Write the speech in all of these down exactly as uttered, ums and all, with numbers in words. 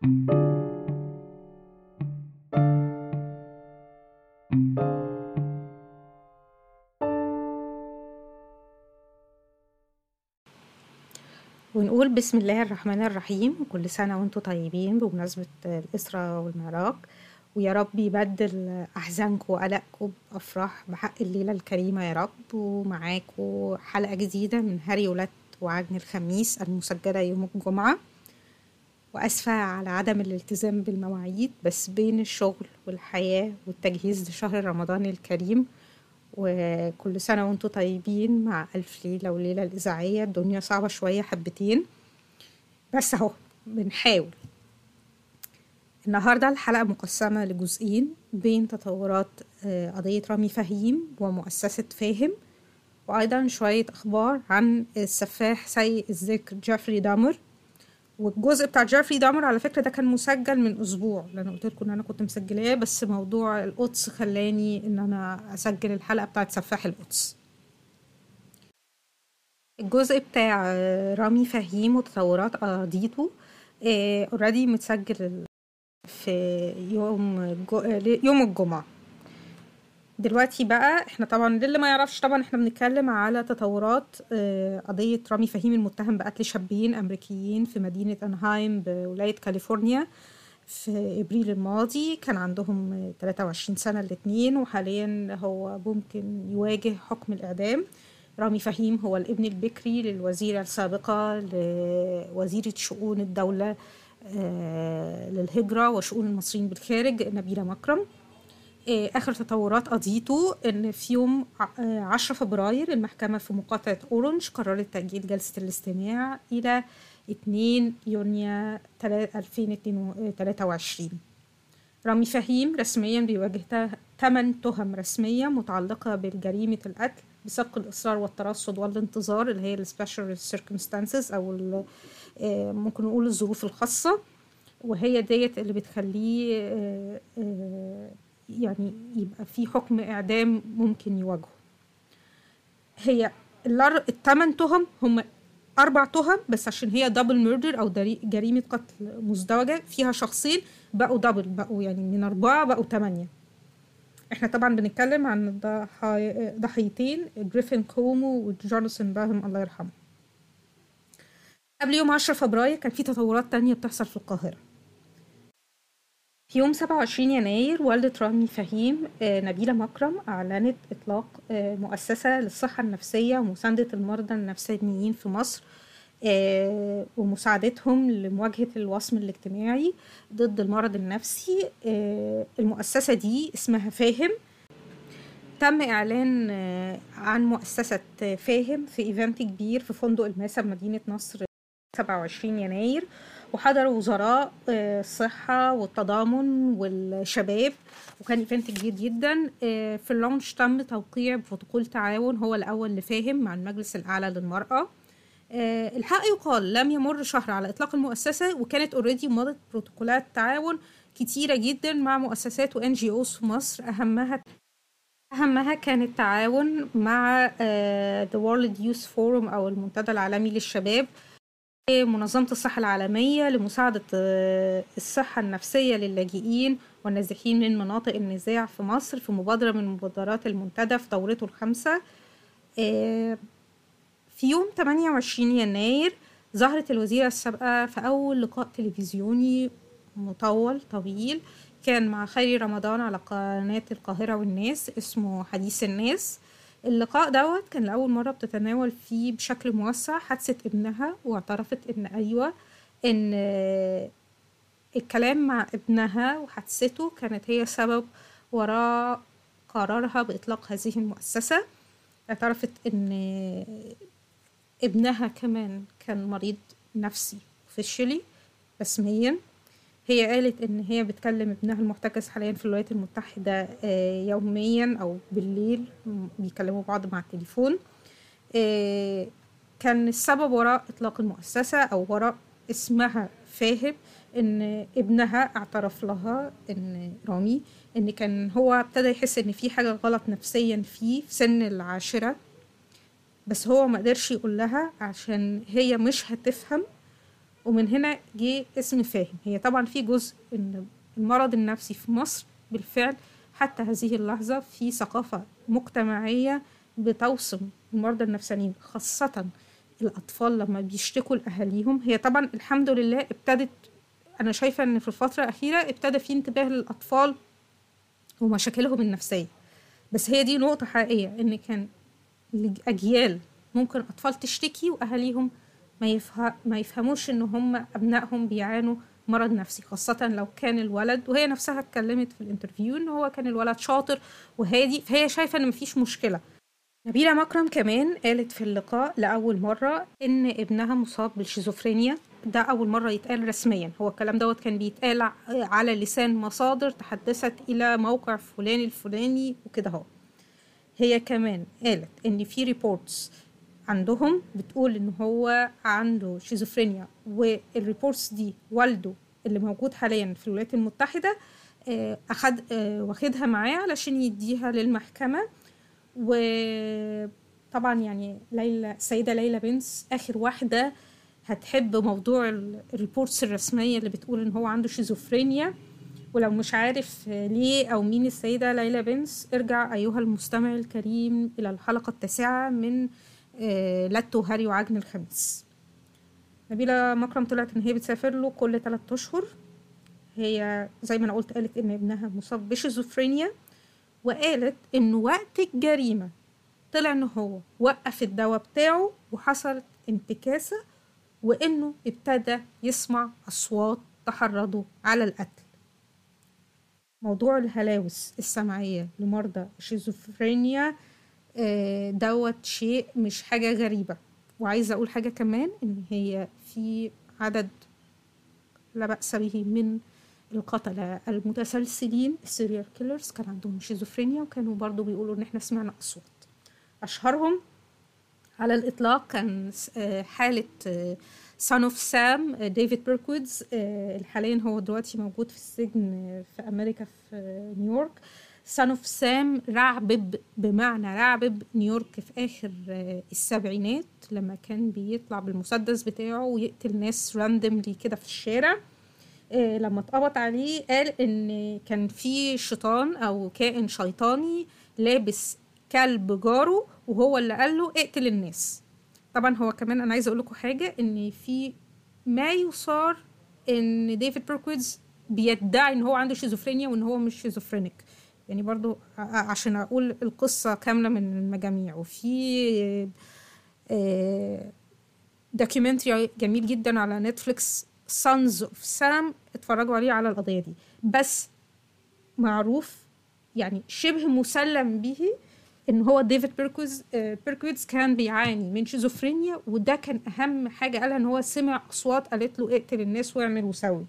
ونقول بسم الله الرحمن الرحيم، كل سنة وانتم طيبين بمناسبة الإسراء والمعراج، ويا رب يبدل أحزانكم وقلقكم بأفراح بحق الليلة الكريمة يا رب. ومعاكم حلقة جديدة من هري ولاد وعجن الخميس المسجلة يوم الجمعة. وأسفة على عدم الالتزام بالمواعيد، بس بين الشغل والحياة والتجهيز لشهر رمضان الكريم، وكل سنة وانتم طيبين مع ألف ليلة وليلة الإذاعية. الدنيا صعبة شوية حبتين، بس اهو بنحاول. النهاردة الحلقة مقسمة لجزئين بين تطورات قضية رامي فهيم ومؤسسة فاهم، وأيضا شوية أخبار عن السفاح سيء الذكر جيفري دامر. والجزء بتاع جيفري دامر على فكرة ده كان مسجل من أسبوع، لأن قلت لكم إن أنا كنت مسجلاه، بس موضوع القدس خلاني إن أنا أسجل الحلقة بتاعت سفاح القدس. الجزء بتاع رامي فهيم وتطورات قضيته اوريدي متسجل في يوم يوم الجمعة. دلوقتي بقى احنا طبعا للي ما يعرفش، طبعا احنا بنتكلم على تطورات قضية رامي فهيم المتهم بقتل شابين أمريكيين في مدينة أنهايم بولاية كاليفورنيا في إبريل الماضي. كان عندهم ثلاثة وعشرين سنة الاتنين، وحاليا هو ممكن يواجه حكم الإعدام. رامي فهيم هو الابن البكري للوزيرة السابقة لوزيرة شؤون الدولة للهجرة وشؤون المصريين بالخارج نبيلة مكرم. آخر تطورات قضيته إن في يوم عشرة فبراير المحكمة في مقاطعة أورنج قررت تأجيل جلسة الاستماع إلى اثنين يونيو ألفين وثلاثة وعشرين. رامي فهيم رسميا بيواجه ثمان تهم رسمية متعلقة بالجريمة القتل بسبق الإصرار والترصد والانتظار، اللي هي ال special circumstances أو ممكن نقول الظروف الخاصة، وهي ديت اللي بتخليه يعني يبقى في حكم إعدام ممكن يواجهه. هي الثمان تهم هم أربع تهم بس، عشان هي دبل ميردر أو جريمة قتل مزدوجة فيها شخصين، بقوا دبل، بقوا يعني من أربعة بقوا ثمانية. احنا طبعا بنتكلم عن ضحيتين جريفين كومو وجوناثان باهم الله يرحمه. قبل يوم عشرة فبراير كان في تطورات تانية بتحصل في القاهرة. في يوم سبعة وعشرين يناير والدة رامي فهيم نبيلة مكرم أعلنت إطلاق مؤسسة للصحة النفسية ومساندة المرضى النفسانيين في مصر ومساعدتهم لمواجهة الوصم الاجتماعي ضد المرض النفسي. المؤسسة دي اسمها فاهم. تم إعلان عن مؤسسة فاهم في إيفنت كبير في فندق الماسة بمدينة نصر سبعة وعشرين يناير، وحضر وزراء الصحة والتضامن والشباب، وكان إيفنت كبير جدا. في اللونش تم توقيع بروتوكول تعاون هو الأول لفاهم مع المجلس الأعلى للمرأة. الحق يقال لم يمر شهر على إطلاق المؤسسة، وكانت اوريدي مضت بروتوكولات تعاون كتيرة جدا مع مؤسسات وان جي اوز في مصر. أهمها أهمها كان التعاون مع The World Youth Forum أو المنتدى العالمي للشباب، منظمة الصحة العالمية لمساعدة الصحة النفسية للاجئين والنازحين من مناطق النزاع في مصر، في مبادرة من مبادرات المنتدى في دورته الخامسة. في يوم ثمانية وعشرين يناير ظهرت الوزيرة السابقة في أول لقاء تلفزيوني مطول طويل كان مع خيري رمضان على قناة القاهرة والناس، اسمه حديث الناس. اللقاء دوت كان لأول مرة بتتناول فيه بشكل موسع حادثة ابنها، واعترفت إن أيوة إن الكلام مع ابنها وحادثته كانت هي سبب وراء قرارها بإطلاق هذه المؤسسة. اعترفت إن ابنها كمان كان مريض نفسي officially رسميا. هي قالت إن هي بتكلم ابنها المحتجز حاليا في الولايات المتحدة يوميا أو بالليل بيكلموا بعض مع التليفون. كان السبب وراء إطلاق المؤسسة أو وراء اسمها فاهم إن ابنها اعترف لها إن رامي إن كان هو ابتدى يحس إن في حاجة غلط نفسيا فيه في سن العاشرة، بس هو ما قدرش يقول لها عشان هي مش هتفهم، ومن هنا جه اسم فاهم. هي طبعا في جزء ان المرض النفسي في مصر بالفعل حتى هذه اللحظة في ثقافة مجتمعية بتوصم المرضى النفسانيين خاصة الأطفال لما بيشتكوا لأهاليهم. هي طبعا الحمد لله ابتدت، أنا شايفة أن في الفترة الأخيرة ابتدى في انتباه للأطفال ومشاكلهم النفسية، بس هي دي نقطة حقيقية إن كان أجيال ممكن أطفال تشتكي وأهاليهم ما, يفه... ما يفهموش إن هم أبنائهم بيعانوا مرض نفسي، خاصة لو كان الولد، وهي نفسها اتكلمت في الانترفيو إن هو كان الولد شاطر وهادي، فهي شايفة إن مفيش مشكلة. نبيلة مكرم كمان قالت في اللقاء لأول مرة إن ابنها مصاب بالشيزوفرينيا. ده أول مرة يتقال رسميا، هو الكلام دوت كان بيتقال على لسان مصادر تحدثت إلى موقع فلاني الفلاني وكده. هو هي كمان قالت إن في ريبورتس عندهم بتقول إن هو عنده شيزوفرينيا، والريبورتس دي والده اللي موجود حاليا في الولايات المتحدة أخد واخدها معاه علشان يديها للمحكمة. وطبعا يعني ليلى السيدة ليلى بنس آخر واحدة هتحب موضوع الريبورتس الرسمية اللي بتقول إن هو عنده شيزوفرينيا. ولو مش عارف ليه أو مين السيدة ليلى بنس، ارجع أيها المستمع الكريم إلى الحلقة التاسعة من لاتو هاري وعجن الخميس. نبيلة مكرم طلعت إن هي بتسافر له كل ثلاثة أشهر. هي زي ما أنا قلت قالت إن ابنها مصاب بشيزوفرينيا، وقالت إنه وقت الجريمة طلع إنه هو وقف الدواء بتاعه وحصلت انتكاسة، وإنه ابتدى يسمع أصوات تحرضه على القتل. موضوع الهلاوس السمعية لمرضى الشيزوفرينيا دوت شيء مش حاجة غريبة. وعايزة أقول حاجة كمان، إن هي في عدد لا بأس به من القتلة المتسلسلين السيريال كيلرز كان عندهم شيزوفرينيا، وكانوا برضو بيقولوا إن إحنا سمعنا أصوات. أشهرهم على الإطلاق كان حالة سان اوف سام ديفيد بيركوودز، حاليا هو دلوقتي موجود في السجن في أمريكا في نيويورك. سان اوف سام رعبب، بمعنى رعبب نيويورك في آخر السبعينات لما كان بيطلع بالمسدس بتاعه ويقتل ناس راندملي كده في الشارع. لما اتقبض عليه قال إن كان في شيطان أو كائن شيطاني لابس كلب جاره وهو اللي قال له اقتل الناس. طبعا هو كمان انا عايزه اقول لكم حاجه، ان في ما يصار ان ديفيد بيركويدز بيدعي ان هو عنده شيزوفرينيا وان هو مش شيزوفرينيك، يعني برضو عشان اقول القصه كامله من المجاميع. وفي دوكيومنتري جميل جدا على نتفليكس سانز اوف سام، اتفرجوا عليه على القضيه دي. بس معروف يعني شبه مسلم به ان هو ديفيد بيركويدز بيركويدز كان بيعاني من شيزوفرينيا، وده كان اهم حاجه قالها، ان هو سمع اصوات قالت له اقتل الناس واعمل وسوي.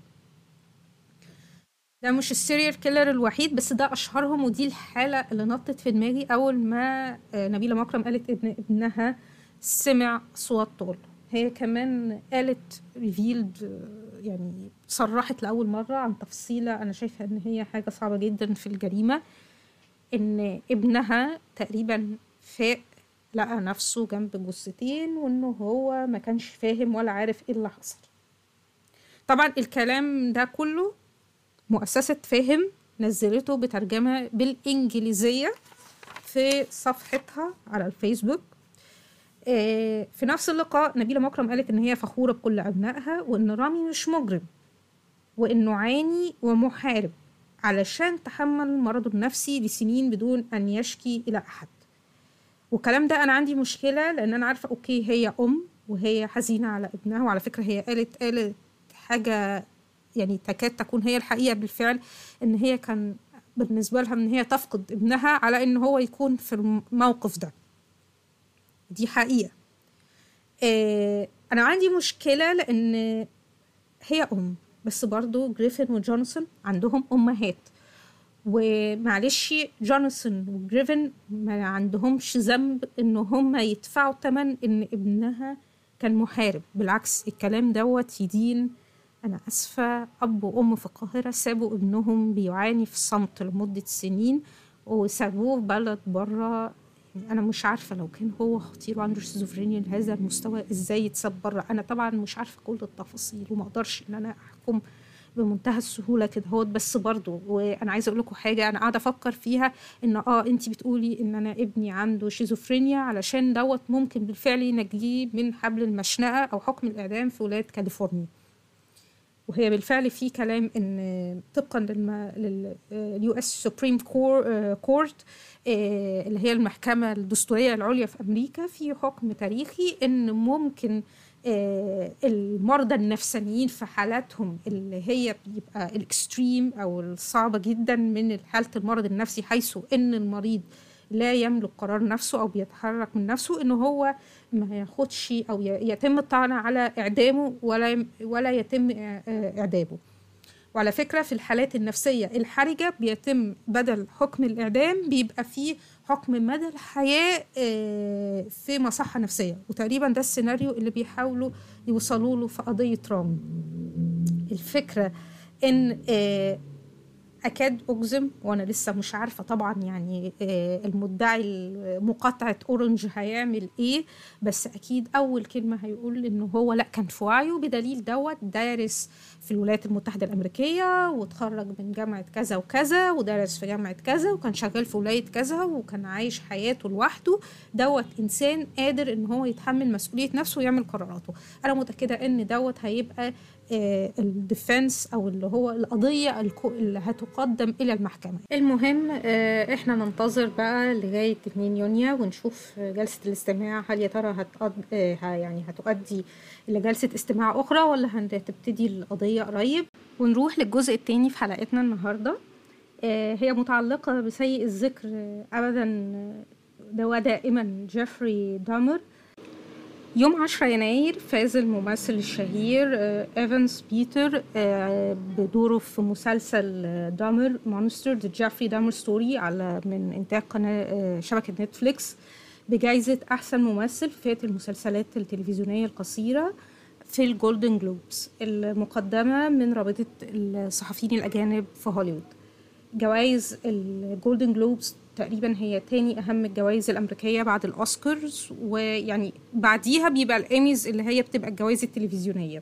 ده مش السيريال كيلر الوحيد، بس ده اشهرهم، ودي الحاله اللي نطت في دماغي اول ما نبيلة مكرم قالت ابن ابنها سمع اصوات طول. هي كمان قالت ريفيلد، يعني صرحت لاول مره عن تفصيله انا شايفه ان هي حاجه صعبه جدا في الجريمه، ان ابنها تقريبا فاق لقى نفسه جنب جثتين، وانه هو ما كانش فاهم ولا عارف ايه اللي حصل. طبعا الكلام ده كله مؤسسة فاهم نزلته بترجمة بالإنجليزية في صفحتها على الفيسبوك. في نفس اللقاء نبيلة مكرم قالت ان هي فخورة بكل أبنائها، وان رامي مش مجرم، وانه عاني ومحارب علشان تحمل مرضه النفسي لسنين بدون أن يشكي إلى أحد. والكلام ده أنا عندي مشكلة، لأن أنا عارفة أوكي هي أم وهي حزينة على ابنها، وعلى فكرة هي قالت قالت حاجة يعني تكاد تكون هي الحقيقة بالفعل، إن هي كان بالنسبة لها إن هي تفقد ابنها على إن هو يكون في الموقف ده. دي حقيقة. إيه أنا عندي مشكلة لأن هي أم، بس برضو جريفن وجونسون عندهم أمهات، ومعلش جونسون وجريفن ما عندهمش ذنب إن هم يدفعوا تمن إن ابنها كان محارب. بالعكس الكلام دوت يدين، أنا أسفة، أب وأم في القاهرة سابوا ابنهم بيعاني في الصمت لمدة سنين وسابوه بلد برا يعني انا مش عارفه لو كان هو خطير وعنده شيزوفرينيا لهذا المستوى ازاي يتساب بره. انا طبعا مش عارفه كل التفاصيل وما اقدرش ان انا احكم بمنتهى السهوله كده هو، بس برضو وانا عايزه اقول لكم حاجه انا قاعده افكر فيها، ان اه انت بتقولي ان انا ابني عنده شيزوفرينيا علشان دوت ممكن بالفعل ينجيه من حبل المشنقه او حكم الاعدام في ولايه كاليفورنيا. وهي بالفعل في كلام ان طبقا لليو اس سوبريم كورت اللي هي المحكمه الدستوريه العليا في امريكا، في حكم تاريخي ان ممكن آه المرضى النفسانيين في حالاتهم اللي هي بيبقى الاكستريم او الصعبه جدا من حاله المرض النفسي، حيث ان المريض لا يملك قرار نفسه او بيتحرك من نفسه، انه هو ما ياخدش او يتم الطعن على اعدامه ولا ولا يتم اعدامه. وعلى فكره في الحالات النفسيه الحرجه بيتم بدل حكم الاعدام بيبقى فيه حكم مدى الحياه في مصحه نفسيه، وتقريبا ده السيناريو اللي بيحاولوا يوصلوا له في قضيه رام. الفكره ان أكاد أجزم، وأنا لسه مش عارفة طبعا يعني المدعي مقاطعة أورنج هيعمل إيه، بس أكيد أول كلمة هيقول إنه هو لأ كان في وعيه، بدليل دوت دارس في الولايات المتحدة الأمريكية وتخرج من جامعة كذا وكذا ودارس في جامعة كذا وكان شغال في ولاية كذا وكان عايش حياته لوحده. دوت إنسان قادر إن هو يتحمل مسؤولية نفسه ويعمل قراراته. أنا متأكدة إن دوت هيبقى الديفنس او اللي هو القضيه اللي هتقدم الى المحكمه. المهم احنا ننتظر بقى لغايه اتنين يونيو ونشوف جلسه الاستماع هل يا ترى هتقض... يعني هتؤدي الى جلسه استماع اخرى ولا هتبتدي القضيه قريب. ونروح للجزء الثاني في حلقتنا النهارده، هي متعلقه بسيء الذكر ابدا ده دائما جيفري دامر. يوم عشرة يناير فاز الممثل الشهير إيفانس بيتر بدوره في مسلسل دامر مونستر ذا جيفري دامر ستوري على من إنتاج قناة شبكة نتفليكس بجائزة أحسن ممثل في فئة المسلسلات التلفزيونية القصيرة في الجولدن جلوبز المقدمة من رابطة الصحفيين الأجانب في هوليوود. جوائز الجولدن جلوبز تقريبا هي تاني أهم الجوائز الأمريكية بعد الأوسكارز، ويعني بعديها بيبقى الإيميز اللي هي بتبقى الجوائز التلفزيونية.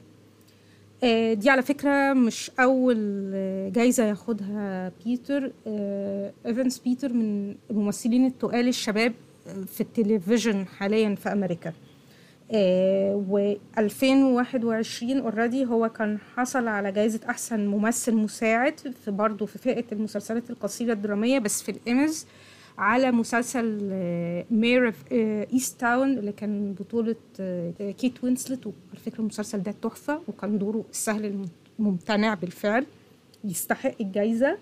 دي على فكرة مش أول جايزة ياخدها بيتر. إيفانس بيتر من الممثلين التقال الشباب في التلفزيون حاليا في أمريكا. و ألفين وواحد وعشرين اوريدي هو كان حصل على جائزة أحسن ممثل مساعد في برضه في فئة المسلسلات القصيرة الدرامية بس في الإيميز على مسلسل مير اوف ايست تاون اللي كان بطولة كيت وينسلت. وعلى فكرة المسلسل ده تحفة وكان دوره السهل الممتنع بالفعل يستحق الجائزة.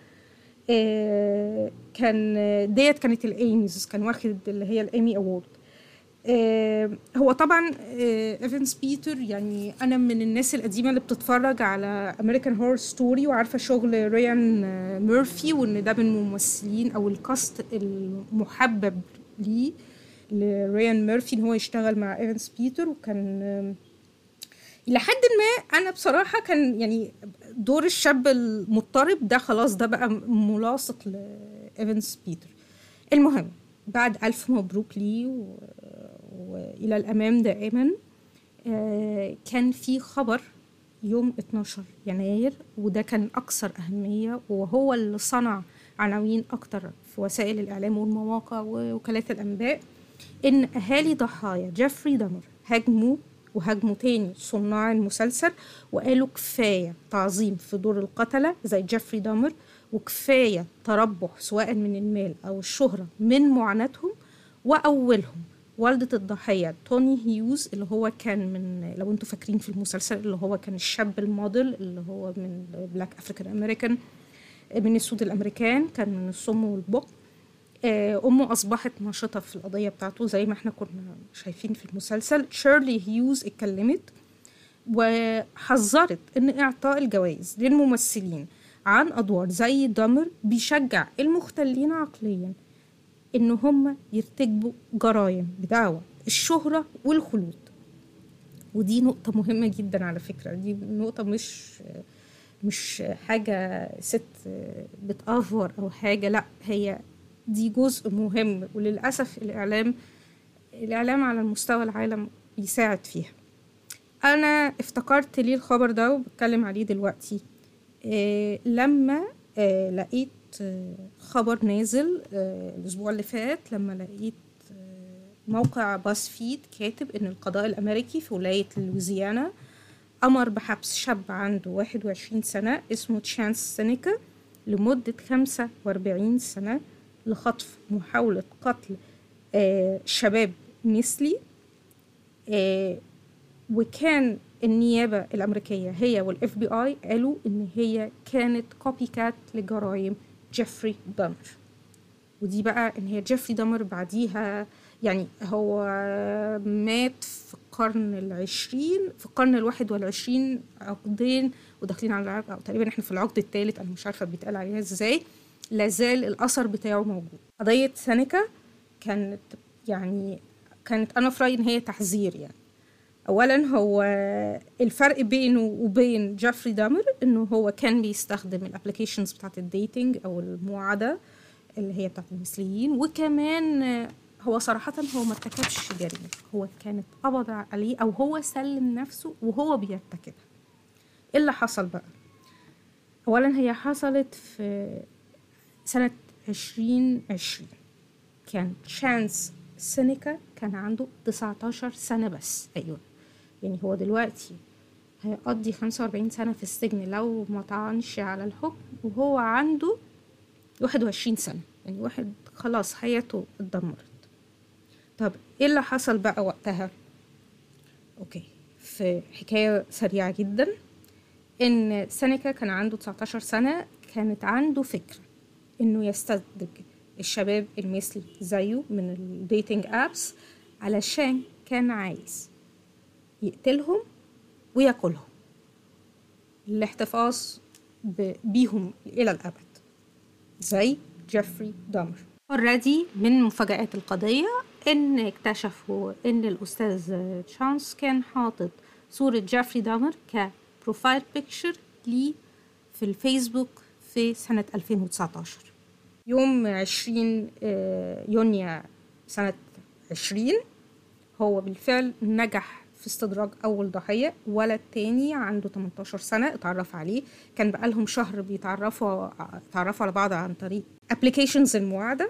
كان ديت كانت الإيميز كان واخد اللي هي الإيمي أوورد. آه هو طبعا آه إيفانس بيتر يعني أنا من الناس القديمة اللي بتتفرج على أمريكان هورر ستوري وعارفة شغل ريان آه ميرفي، وإن ده من الممثلين أو الكاست المحبب لي لريان ميرفي إن هو يشتغل مع إيفانس بيتر. وكان آه إلى حد ما أنا بصراحة كان يعني دور الشاب المضطرب ده خلاص ده بقى ملاصق لإيفانس بيتر. المهم بعد ألف مبروك لي و... وإلى الأمام دائما. آه كان في خبر يوم اتناشر يناير وده كان أكثر أهمية وهو اللي صنع عناوين أكتر في وسائل الإعلام والمواقع ووكالات الأنباء، إن أهالي ضحايا جيفري دامر هاجموا وهاجموا تاني صناع المسلسل وقالوا كفاية تعظيم في دور القتلة زي جيفري دامر وكفاية تربح سواء من المال أو الشهرة من معاناتهم. وأولهم والدة الضحية توني هيوز اللي هو كان من لو انتوا فاكرين في المسلسل اللي هو كان الشاب الموديل اللي هو من بلاك أفريكان أمريكان من السود الأمريكان، كان من الصم والبق. أمه أصبحت ناشطة في القضية بتاعته زي ما احنا كنا شايفين في المسلسل. شيرلي هيوز اتكلمت وحذرت إن إعطاء الجوائز للممثلين عن أدوار زي دامر بيشجع المختلين عقليا إن هم يرتكبوا جرائم بدعوى الشهرة والخلود. ودي نقطة مهمة جدا على فكرة، دي نقطة مش مش حاجة ست بتأفور أو حاجة، لأ هي دي جزء مهم، وللأسف الإعلام الإعلام على المستوى العالم بيساعد فيها. أنا افتكرت ليه الخبر ده وبتكلم عليه دلوقتي. إيه لما إيه لقيت إيه خبر نازل إيه الأسبوع اللي فات، لما لقيت إيه موقع باس فيد كاتب إن القضاء الأمريكي في ولاية لويزيانا أمر بحبس شاب عنده واحد وعشرين سنة اسمه تشانس سينيكا لمدة خمسة وأربعين سنة لخطف محاولة قتل آه شباب مثلي. آه وكان النيابة الأمريكية هي والاف بي اي قالوا إن هي كانت كوبي كات لجرائم جيفري دامر. ودي بقى إن هي جيفري دامر بعديها، يعني هو مات في القرن العشرين في القرن الواحد والعشرين عقدين وداخلين على العقد، أو تقريبا إحنا في العقد الثالث، أنا مش عارفة بيتقال عليها إزاي، لازال الأثر بتاعه موجود. قضية سينيكا كانت يعني كانت أنا في رأيي إن هي تحذير. يعني أولا هو الفرق بينه وبين جيفري دامر إنه هو كان بيستخدم الابليكيشنز بتاعت الديتينج أو المواعدة اللي هي بتاعت المثليين، وكمان هو صراحة هو ما ارتكبش جريمة، هو كانت قبض عليه أو هو سلم نفسه وهو بيرتكبها. إيه اللي حصل بقى؟ أولا هي حصلت في سنة عشرين عشرين، كان تشانس سينيكا كان عنده تسعتاشر سنة بس. أيوة، يعني هو دلوقتي هيقضي خمسة وأربعين سنة في السجن لو ما طعنش على الحكم، وهو عنده واحد وعشرين سنة، يعني واحد خلاص حياته اتدمرت. طب ايه اللي حصل بقى وقتها؟ اوكي، في حكاية سريعة جدا، ان سينيكا كان عنده تسعتاشر سنة، كانت عنده فكرة انه يستدرج الشباب المثلي زيه من الديتينج ابس علشان كان عايز يقتلهم وياكلهم، الاحتفاظ بيهم الى الابد زي جيفري دامر. اوريدي من مفاجآت القضية ان اكتشفوا ان الاستاذ تشانس كان حاطط صورة جيفري دامر كبروفايل بيكتشر ليه في الفيسبوك في سنة ألفين وتسعتاشر. يوم عشرين يونيو سنة عشرين هو بالفعل نجح في استدراج أول ضحية، ولد تاني عنده تمنتاشر سنة اتعرف عليه، كان بقالهم شهر بيتعرفوا تعرفوا على بعض عن طريق ابليكيشنز المواعدة.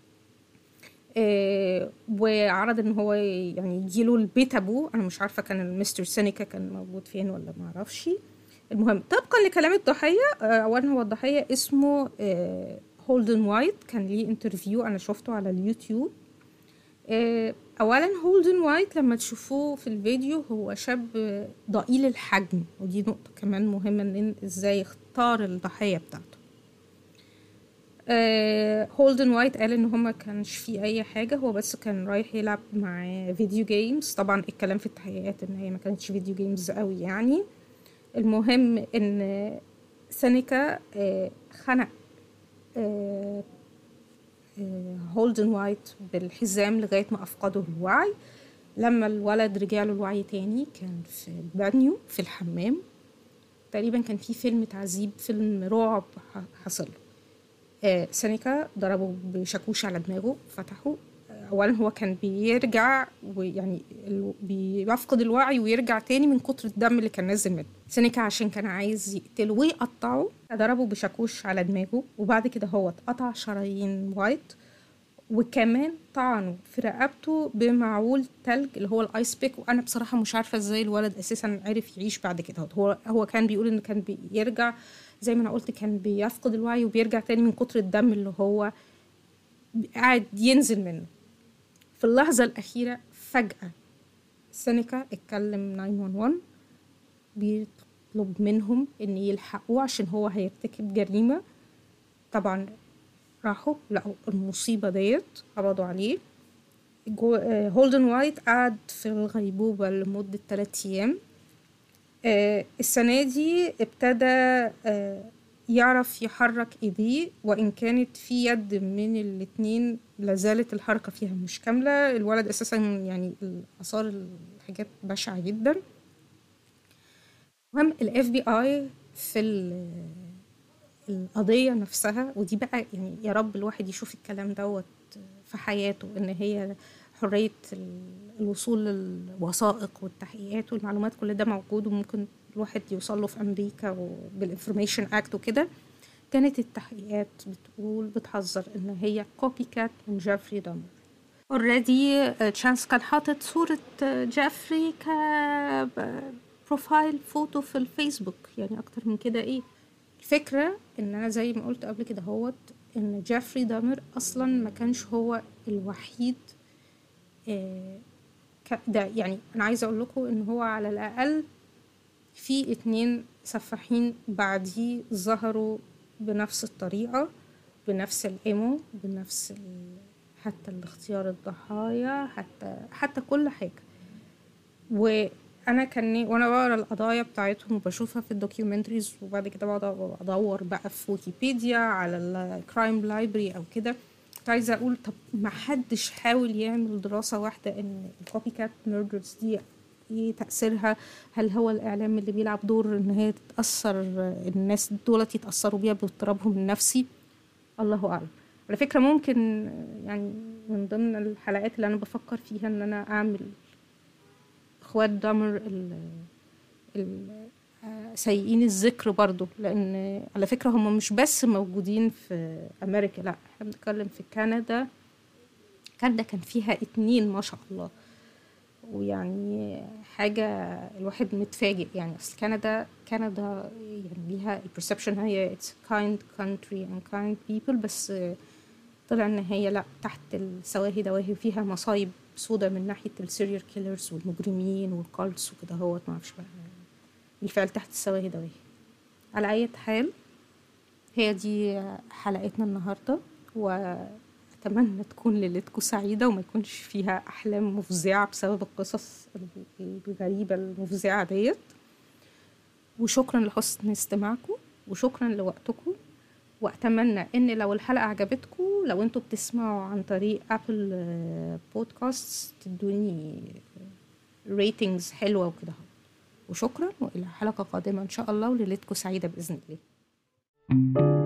آه وعرض ان هو يعني يجيله البيت ابوه، انا مش عارفة كان المستر سينيكا كان موجود فين ولا ما اعرفش. المهم طبقا لكلام الضحية، آه اولا هو الضحية اسمه آه هولدن وايت، كان ليه انترفيو انا شفته على اليوتيوب. اولا هولدن وايت لما تشوفوه في الفيديو هو شاب ضئيل الحجم، ودي نقطة كمان مهمة ان ازاي اختار الضحية بتاعته. هولدن وايت قال ان هو ما كانش فيه اي حاجة، هو بس كان رايح يلعب مع فيديو جيمز. طبعا الكلام في التحقيقات ان هي ما كانتش فيديو جيمز قوي يعني. المهم ان سينيكا خنق هولدن وايت بالحزام لغاية ما أفقده الوعي. لما الولد رجع له الوعي تاني كان في البانيو في الحمام، تقريبا كان في فيلم تعذيب، فيلم رعب حصل له. آه سينيكا ضربه بشاكوش على دماغه فتحه. آه أولا هو كان بيرجع ويعني بيفقد الوعي ويرجع تاني من كتر الدم اللي كان نازل منه. سينيكا عشان كان عايز يقتله ويقطعه ضربه بشاكوش على دماغه، وبعد كده هو اتقطع شرايين وايت، وكمان طعنوا في رقبته بمعول تلج اللي هو الايس بيك. وانا بصراحه مش عارفه ازاي الولد اساسا عرف يعيش بعد كده. هو هو كان بيقول ان كان بيرجع زي ما انا قلت، كان بيفقد الوعي وبيرجع تاني من كتر الدم اللي هو قاعد ينزل منه. في اللحظه الاخيره فجاه سينيكا اتكلم تسعة واحد واحد بيطلب منهم ان يلحقوه عشان هو هيرتكب جريمه. طبعا راحوا لقوا المصيبة ديت، قبضوا عليه. هولدن وايت قعد في الغيبوبة لمدة ثلاثة أيام. السنة دي ابتدى يعرف يحرك ايديه، وإن كانت في يد من الاتنين لازالت الحركة فيها مش كاملة. الولد أساسا يعني الآثار الحاجات بشعة جدا. المهم ال إف بي آي في القضية نفسها. ودي بقى يعني يا رب الواحد يشوف الكلام دوت في حياته، ان هي حرية الوصول للوثائق والتحقيقات والمعلومات، كل ده موجود وممكن الواحد يوصل له في امريكا وبالانفورميشن اكت وكده. كانت التحقيقات بتقول بتحذر ان هي كوبي كات من جيفري دامر. اوريدي تشانس كان حاطط صورة جيفري كبروفايل فوتو في الفيسبوك، يعني اكتر من كده ايه. الفكرة ان انا زي ما قلت قبل كده هوت ان جيفري دامر اصلا ما كانش هو الوحيد. آه ده يعني انا عايزة اقول لكم ان هو على الاقل في اتنين سفاحين بعديه ظهروا بنفس الطريقة، بنفس الايمو، بنفس ال... حتى الاختيار الضحايا، حتى حتى كل حاجة. وانا كان وانا بقرا القضايا بتاعتهم وبشوفها في الدوكيومنتريز، وبعد كده بقعد ادور بقى في ويكيبيديا على الكرايم لايبرري او كده، كنت عايزه اقول طب ما حدش حاول يعمل دراسه واحده ان الكوبي كات ميردرز دي ايه تاثيرها؟ هل هو الاعلام اللي بيلعب دور ان هي تتاثر، الناس دولت يتاثروا بيها باضطرابهم النفسي؟ الله اعلم. على فكره ممكن يعني من ضمن الحلقات اللي انا بفكر فيها ان انا اعمل اخوات دامر سيئين الذكر برضو، لان على فكره هم مش بس موجودين في امريكا، لا احنا بنتكلم في كندا. كندا كان فيها اتنين ما شاء الله، ويعني حاجه الواحد متفاجئ يعني. اصل كندا كندا يعني ليها perception هي it's kind country and kind people، بس طلع ان هي لا، تحت السواهي دواهي فيها مصايب سودة من ناحيه السيريال كيلرز والمجرمين والكالتس وكده هوت، ما اعرفش بقى بالفعل تحت السواهي دواهي. على اي حال هي دي حلقتنا النهارده، واتمنى تكون ليلتكم سعيده وما يكونش فيها احلام مفزعه بسبب القصص الغريبه المفزعه ديت. وشكرا لحسن استماعكم وشكرا لوقتكم، واتمنى ان لو الحلقه عجبتكم، لو انتوا بتسمعوا عن طريق ابل بودكاست، تدوني ريتنجز حلوه وكده. وشكرا، والى حلقه قادمه ان شاء الله، وليلتكم سعيده باذن الله.